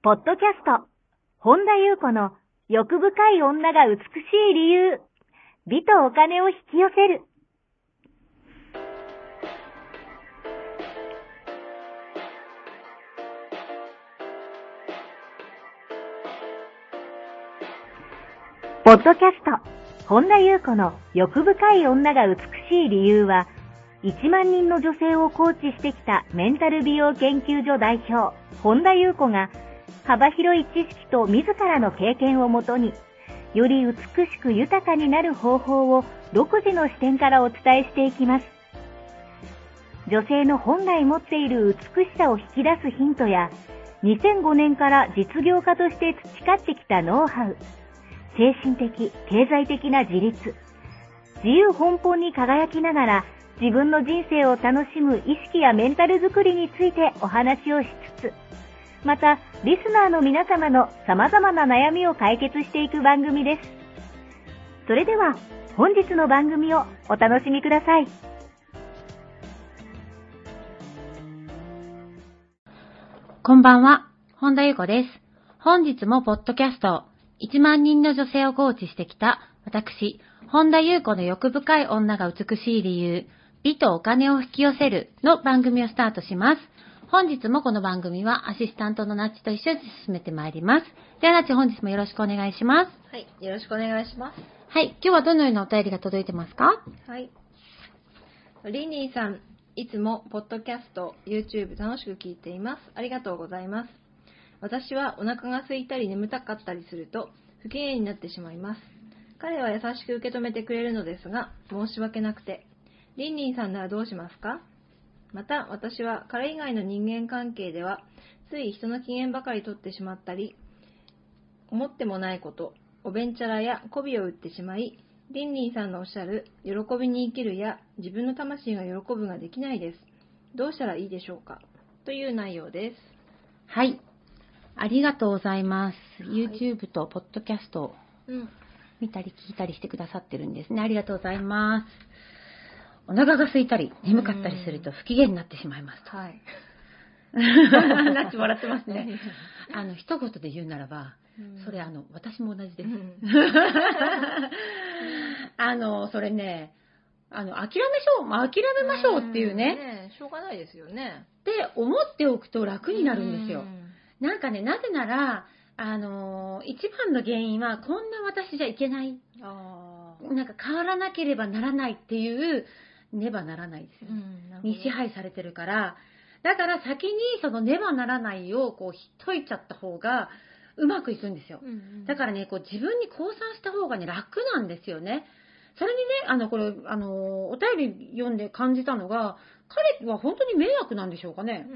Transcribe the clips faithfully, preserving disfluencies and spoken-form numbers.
ポッドキャスト、本田裕子の欲深い女が美しい理由、美とお金を引き寄せる。ポッドキャスト、本田裕子の欲深い女が美しい理由は、いちまんにんの女性をコーチしてきたメンタル美容研究所代表、本田裕子が、幅広い知識と自らの経験をもとに、より美しく豊かになる方法を独自の視点からお伝えしていきます。女性の本来持っている美しさを引き出すヒントや、にせんごねんから実業家として培ってきたノウハウ、精神的、経済的な自立、自由奔放に輝きながら自分の人生を楽しむ意識やメンタルづくりについてお話をしつつ、また、リスナーの皆様の様々な悩みを解決していく番組です。それでは、本日の番組をお楽しみください。 こんばんは、本田裕子です。本日もポッドキャスト、いちまんにんの女性をコーチしてきた私、本田裕子の欲深い女が美しい理由、美とお金を引き寄せるの番組をスタートします。本日もこの番組はアシスタントのナッチと一緒に進めてまいります。ではナッチ、本日もよろしくお願いします。 はい、よろしくお願いします。 はい、今日はどのようなお便りが届いてますか？ はい。リニーさん、いつもポッドキャスト、YouTube 楽しく聞いています。ありがとうございます。私はお腹が空いたり眠たかったりすると不機嫌になってしまいます。彼は優しく受け止めてくれるのですが、申し訳なくて。リンリンさんならどうしますか？また、私は彼以外の人間関係では、つい人の機嫌ばかり取ってしまったり、思ってもないこと、おべんちゃらや媚びを売ってしまい、リンリンさんのおっしゃる、喜びに生きるや、自分の魂が喜ぶができないです。どうしたらいいでしょうか？という内容です。 はい。ありがとうございます。YouTube とポッドキャストを見たり聞いたりしてくださってるんですね。ありがとうございます。お腹が空いたり眠かったりすると不機嫌になってしまいますと。はい。ナッチ笑ってますね。あの一言で言うならば、それあの私も同じです。あのそれね、あの諦めしょう、まあ、諦めましょうっていうね、 ね、しょうがないですよね。 って思っておくと楽になるんですよ。なんかね、なぜならあの一番の原因はこんな私じゃいけない、あなんか変わらなければならないっていうねばならないですよ、うん、に支配されてるから、だから先にそのねばならないをこうひっといちゃった方がうまくいくんですよ、うんうん、だからね、こう自分に降参した方がね楽なんですよね。それにね、あのこれあのお便り読んで感じたのが、彼は本当に迷惑なんでしょうかね、うん、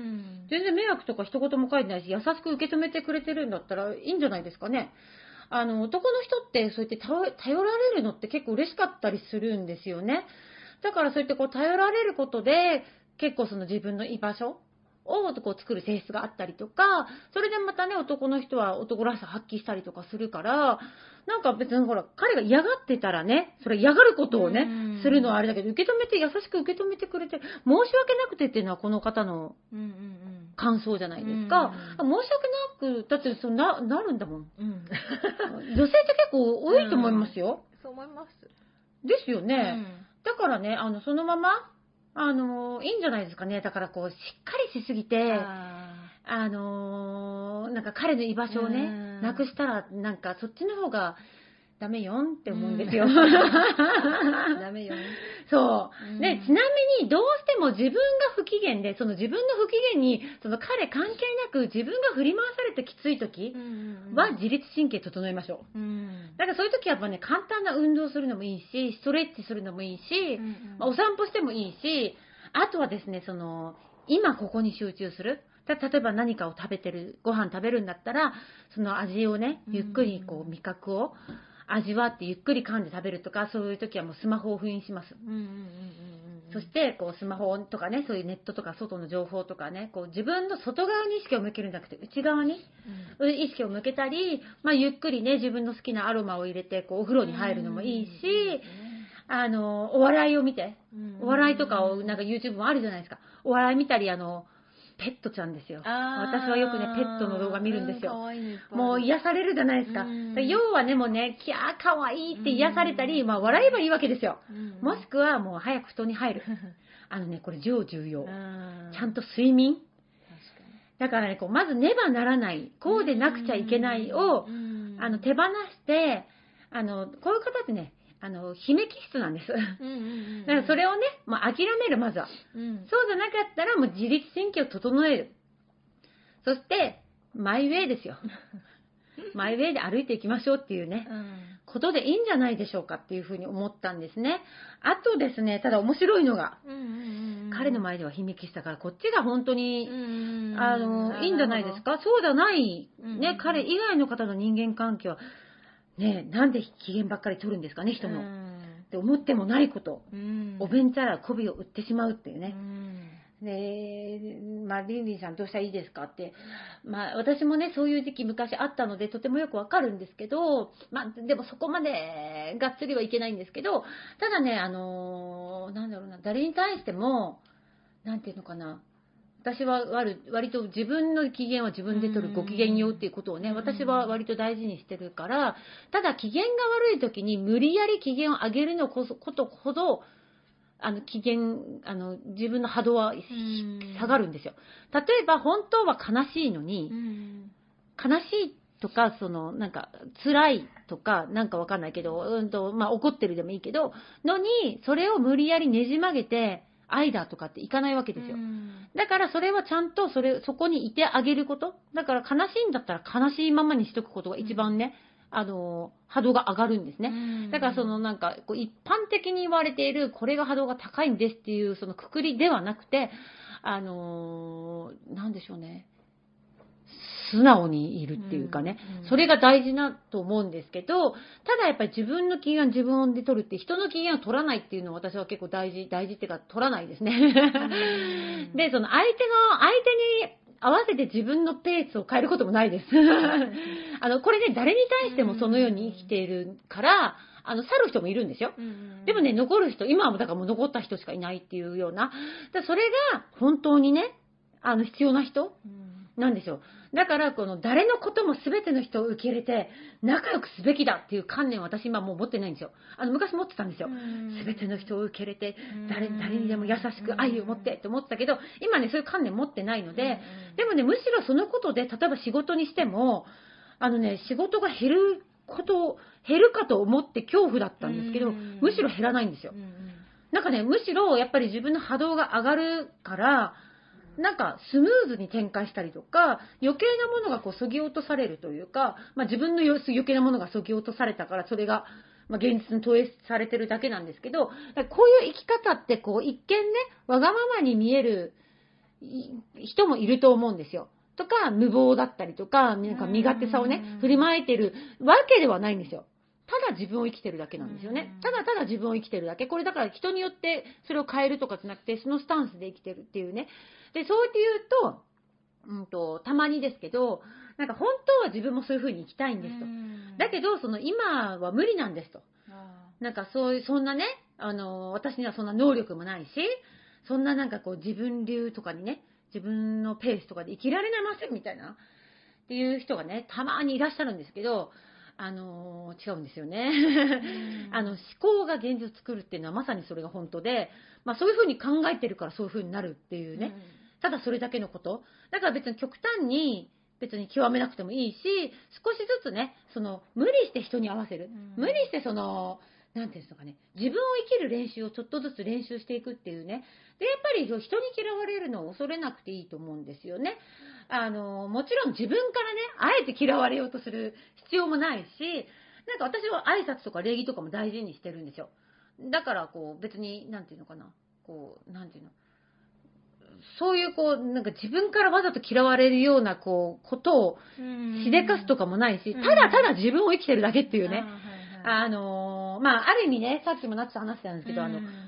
全然迷惑とか一言も書いてないし、優しく受け止めてくれてるんだったらいいんじゃないですかね。あの男の人ってそうやって頼られるのって結構嬉しかったりするんですよね。だからそうやってこう頼られることで結構その自分の居場所をこう作る性質があったりとか、それでまたね、男の人は男らしさ発揮したりとかするから、なんか別にほら彼が嫌がってたらね、それ嫌がることをねするのはあれだけど、受け止めて優しく受け止めてくれて、申し訳なくてっていうのはこの方の感想じゃないですか。申し訳なくだってそう な, なるんだもん、うん、女性って結構多いと思いますよ。 そう思いますですよね、うん、だからね、あのそのままあのいいんじゃないですかね。だからこうしっかりしすぎて、あ、あのなんか彼の居場所をねなくしたら、なんかそっちの方がダメよんって思うんですよ。 ダメよん。 そう。で、ちなみにどうしても自分が不機嫌で、その自分の不機嫌にその彼関係なく自分が振り回されてきつい時は自律神経整えましょう。うん、だからそういう時はやっぱね、簡単な運動するのもいいし、ストレッチするのもいいし、うんうん、まあ、お散歩してもいいし、あとはですね、その今ここに集中する。例えば何かを食べてる、ご飯食べるんだったら、その味をね、ゆっくりこう味覚を味わってゆっくり噛んで食べるとか、そういう時はもうスマホを封印します。うんうんうんうん、そしてこうスマホとかね、そういうネットとか外の情報とかね、こう自分の外側に意識を向けるんじゃなくて内側に意識を向けたり、まあ、ゆっくりね、自分の好きなアロマを入れてこうお風呂に入るのもいいし、あのお笑いを見て、お笑いとかをなんか YouTube もあるじゃないですか。お笑い見たり、あのペットちゃんですよ。 あ私はよくね、ペットの動画見るんですよ。 うん、かわいいのいっぱいあるもう癒されるじゃないですか。 うん、 要はね、もうね、キャーかわいいって癒されたり、まあ笑えばいいわけですよ。 うん、 もしくはもう早く布団に入る。あのね、これ超重要。 うん、 ちゃんと睡眠。 確かに。 だからね、こうまずねばならない、こうでなくちゃいけないを、 うん、 あの手放して、あの、こういう方ってね、あの、姫気質なんです。 うんうんうん、 だからそれをね、もう諦める、まずは。 うん、 そうじゃなかったら、もう自律神経を整える。そして、マイウェイですよ。マイウェイで歩いていきましょうっていうね、 うん、 ことでいいんじゃないでしょうかっていうふうに思ったんですね。あとですね、ただ面白いのが、 うんうんうん、 彼の前では姫気質だから、こっちが本当に、 うんうん、 あの、いいんじゃないですか。そうじゃない、ね、彼以外の方の人間関係は、ね、なんで機嫌ばっかり取るんですかね、人の。 うん、 って思ってもないこと。 うん、 おべんちゃら媚びを売ってしまうっていうね。 うん、 で、まあ、リンリンさんどうしたらいいですかって、まあ、私もね、そういう時期昔あったので、とてもよくわかるんですけど、まあ、でもそこまでがっつりはいけないんですけど、ただね、あのーなんだろうな、誰に対しても、なんていうのかな、私は割割と自分の機嫌は自分で取るご機嫌ようっていうことをね、私は割と大事にしてるから、ただ機嫌が悪い時に無理やり機嫌を上げるのこそことほど、あの機嫌、あの自分の波動は下がるんですよ。例えば本当は悲しいのに、悲しいとか、そのなんか辛いとか、なんかわかんないけど、うんとまあ怒ってるでもいいけど、のにそれを無理やりねじ曲げて愛だとかっていかないわけですよ。だからそれはちゃんとそれそこにいてあげること。だから悲しいんだったら悲しいままにしとくことが一番ね。うん、あの波動が上がるんですね。だからそのなんかこう一般的に言われているこれが波動が高いんですっていうそのくくりではなくて、あのー、なんでしょうね。素直にいるっていうかね、うんうん、それが大事なと思うんですけど、ただやっぱり自分の機嫌自分で取るって人の機嫌を取らないっていうのは私は結構大事、大事っていうか取らないですね。うん、で、その相手の、相手に合わせて自分のペースを変えることもないです。あの、これね、誰に対してもそのように生きているから、あの、去る人もいるんですよ。でもね、残る人、今はだからもう残った人しかいないっていうような、だそれが本当にね、あの、必要な人なんですよ。だから、この誰のことも全ての人を受け入れて、仲良くすべきだっていう観念を私今もう持ってないんですよ。あの、昔持ってたんですよ。全ての人を受け入れて、誰、誰にでも優しく愛を持ってって思ってたけど、今ね、そういう観念持ってないので、でもね、むしろそのことで、例えば仕事にしても、あのね、仕事が減ること、減るかと思って恐怖だったんですけど、むしろ減らないんですよ。なんかね、むしろやっぱり自分の波動が上がるから、なんかスムーズに展開したりとか、余計なものがこう削ぎ落とされるというか、まあ、自分の余計なものが削ぎ落とされたから、それが、まあ、現実に投影されてるだけなんですけど、こういう生き方ってこう一見ね、わがままに見える人もいると思うんですよ。とか、無謀だったりとか、なんか身勝手さをね、振りまいてるわけではないんですよ。ただ自分を生きてるだけなんですよね。ただただ自分を生きてるだけ。これだから人によってそれを変えるとかじゃなくて、そのスタンスで生きてるっていうね。で、そうやって言うと、うんと、たまにですけど、なんか本当は自分もそういう風に生きたいんですと。だけど、その今は無理なんですと。なんかそういう、そんなね、あの、私にはそんな能力もないし、そんななんかこう自分流とかにね、自分のペースとかで生きられませんみたいな、っていう人がね、たまにいらっしゃるんですけど、あのー、違うんですよね。あの、思考が現実を作るっていうのはまさにそれが本当で、まあそういうふうに考えてるからそういうふうになるっていうね。ただそれだけのこと。だから別に極端に、別に極めなくてもいいし、少しずつね、その、無理して人に合わせる。無理してその、なんていうんですかね、自分を生きる練習をちょっとずつ練習していくっていうね。で、やっぱり人に嫌われるのを恐れなくていいと思うんですよね。あの、もちろん自分からね、あえて嫌われようとする必要もないし、なんか私は挨拶とか礼儀とかも大事にしてるんですよ。だからこう、別に、なんていうのかな、こう、なんていうの、そういうこう、なんか自分からわざと嫌われるようなこう、ことをしでかすとかもないし、ただただ自分を生きてるだけっていうね。あのー、まあ、ある意味ね、さっきもなっちゃん話してたんですけど、あの、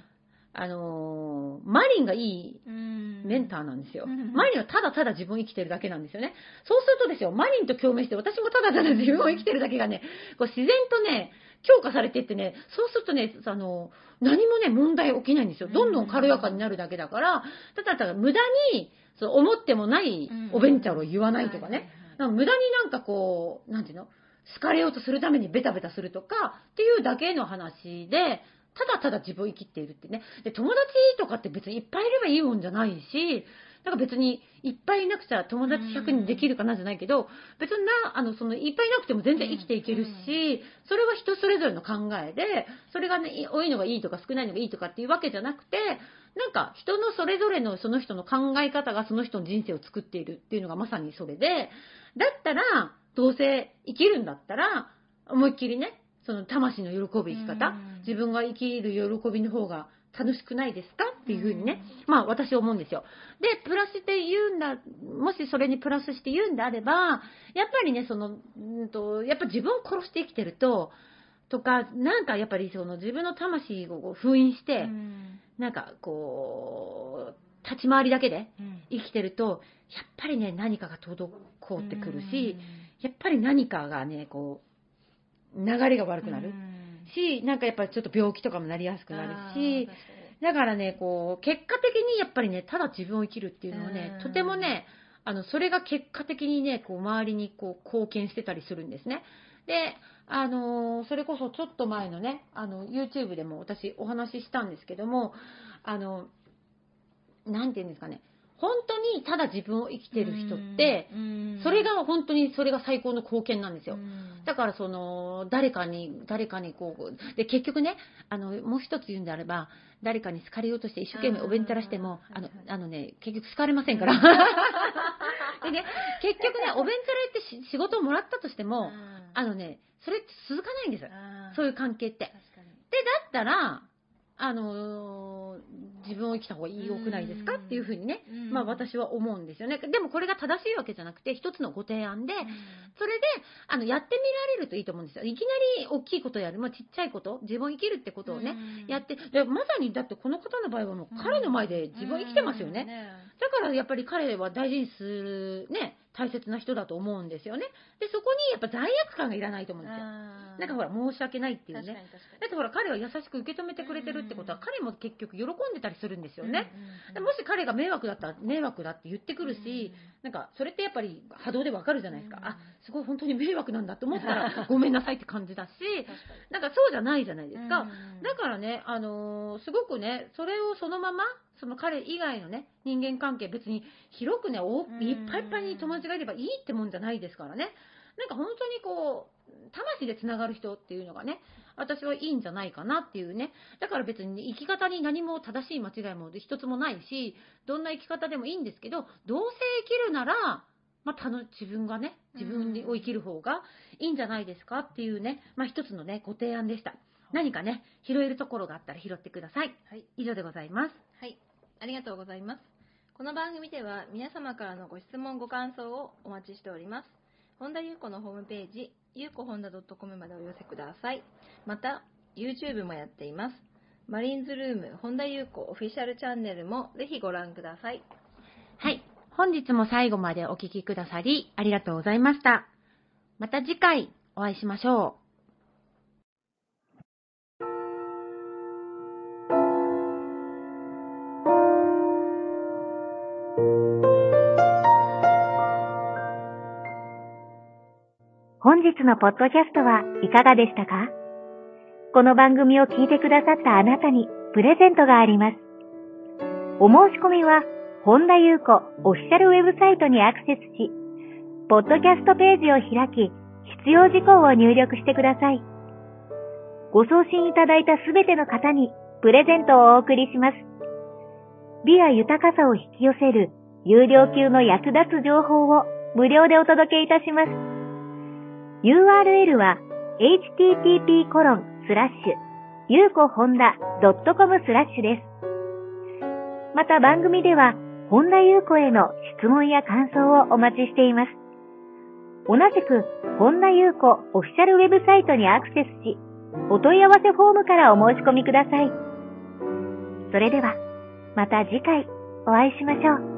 あのー、マリンがいいメンターなんですよ。マリンはただただ自分を生きてるだけなんですよね。そうするとですよ、マリンと共鳴して私もただただ自分を生きてるだけがね、こう自然とね、強化されていってね、そうするとね、あの、何もね、問題起きないんですよ。どんどん軽やかになるだけだから、ただただ無駄に、そう思ってもないおべんちゃらを言わないとかね。無駄になんかこう、なんていうの、好かれようとするためにベタベタするとかっていうだけの話で、ただただ自分を生きているってね。で、友達とかって別にいっぱいいればいいもんじゃないし、なんか別にいっぱいいなくちゃ友達ひゃくにんできるかなじゃないけど、別にな、あの、そのいっぱいいなくても全然生きていけるし、それは人それぞれの考えで、それがね、多いのがいいとか少ないのがいいとかっていうわけじゃなくて、なんか人のそれぞれのその人の考え方がその人の人生を作っているっていうのがまさにそれで、だったら、どうせ生きるんだったら、思いっきりね、その魂の喜ぶ生き方、自分が生きる喜びの方が楽しくないですかっていうふうにね、まあ私は思うんですよ。で、プラスして言うんだ、もしそれにプラスして言うんであれば、やっぱりね、その、うんと、やっぱ自分を殺して生きてると、とか、なんかやっぱりその自分の魂を封印して、なんかこう、立ち回りだけで生きてると、やっぱりね、何かが滞ってくるし、やっぱり何かがね、こう、流れが悪くなるし、なんかやっぱりちょっと病気とかもなりやすくなるし、だからね、こう、結果的にやっぱりね、ただ自分を生きるっていうのはね、とてもね、あの、それが結果的にね、こう、周りにこう、貢献してたりするんですね。で、あの、それこそちょっと前のね、あの、YouTube でも私お話ししたんですけども、あの、なんていうんですかね、本当にただ自分を生きてる人って、それが本当にそれが最高の貢献なんですよ。だからその、誰かに、誰かにこう、で、結局ね、あの、もう一つ言うんであれば、誰かに好かれようとして一生懸命おべんたらしても、あの、あのね、結局好かれませんから。でね、結局ね、おべんたらって仕事をもらったとしても、あのね、それって続かないんです。そういう関係って。で、だったら、あのー、自分を生きた方が良くないですかっていうふうにね、まあ私は思うんですよね。でもこれが正しいわけじゃなくて、一つのご提案で、それで、あの、やってみられるといいと思うんですよ。いきなり大きいことやる、まあちっちゃいこと、自分を生きるってことをね、やって、でまさにだってこの方の場合はもう彼の前で自分を生きてますよね。だからやっぱり彼は大事にするね、大切な人だと思うんですよね。で、そこにやっぱ罪悪感がいらないと思うんですよ。なんかほら、申し訳ないっていうね。だってほら、彼は優しく受け止めてくれてるってことは、彼も結局喜んでたりするんですよね。もし彼が迷惑だったら、迷惑だって言ってくるし、なんか、それってやっぱり波動でわかるじゃないですか。あ、すごい本当に迷惑なんだって思ったら、ごめんなさいって感じだし、なんかそうじゃないじゃないですか。だからね、あのー、すごくね、それをそのまま、その彼以外のね、人間関係、別に広くね、いっぱいいっぱいに友達がいればいいってもんじゃないですからね。なんか本当にこう、魂でつながる人っていうのがね、私はいいんじゃないかなっていうね。だから別に生き方に何も正しい間違いも一つもないし、どんな生き方でもいいんですけど、どうせ生きるなら、まあ、自分がね、自分を生きる方がいいんじゃないですかっていうね、まあ一つのね、ご提案でした。何かね、拾えるところがあったら拾ってください。はい、以上でございます。 はい、ありがとうございます。この番組では皆様からのご質問ご感想をお待ちしております。本田裕子のホームページ、ゆうこほんだ .com までお寄せください。また、YouTube もやっています。マリンズルーム本田裕子オフィシャルチャンネルもぜひご覧ください。 はい、本日も最後までお聞きくださりありがとうございました。また次回お会いしましょう。 本日のポッドキャストはいかがでしたか？この番組を聞いてくださったあなたにプレゼントがあります。お申し込みは、本田裕子オフィシャルウェブサイトにアクセスし、ポッドキャストページを開き、必要事項を入力してください。ご送信いただいたすべての方にプレゼントをお送りします。美や豊かさを引き寄せる有料級の役立つ情報を無料でお届けいたします。ユーアールエル は エイチティーティーピーコロンスラッシュゆうこほんだドットコム スラッシュです。また番組では本田裕子への質問や感想をお待ちしています。同じく本田裕子オフィシャルウェブサイトにアクセスし、お問い合わせフォームからお申し込みください。 それでは、また次回お会いしましょう。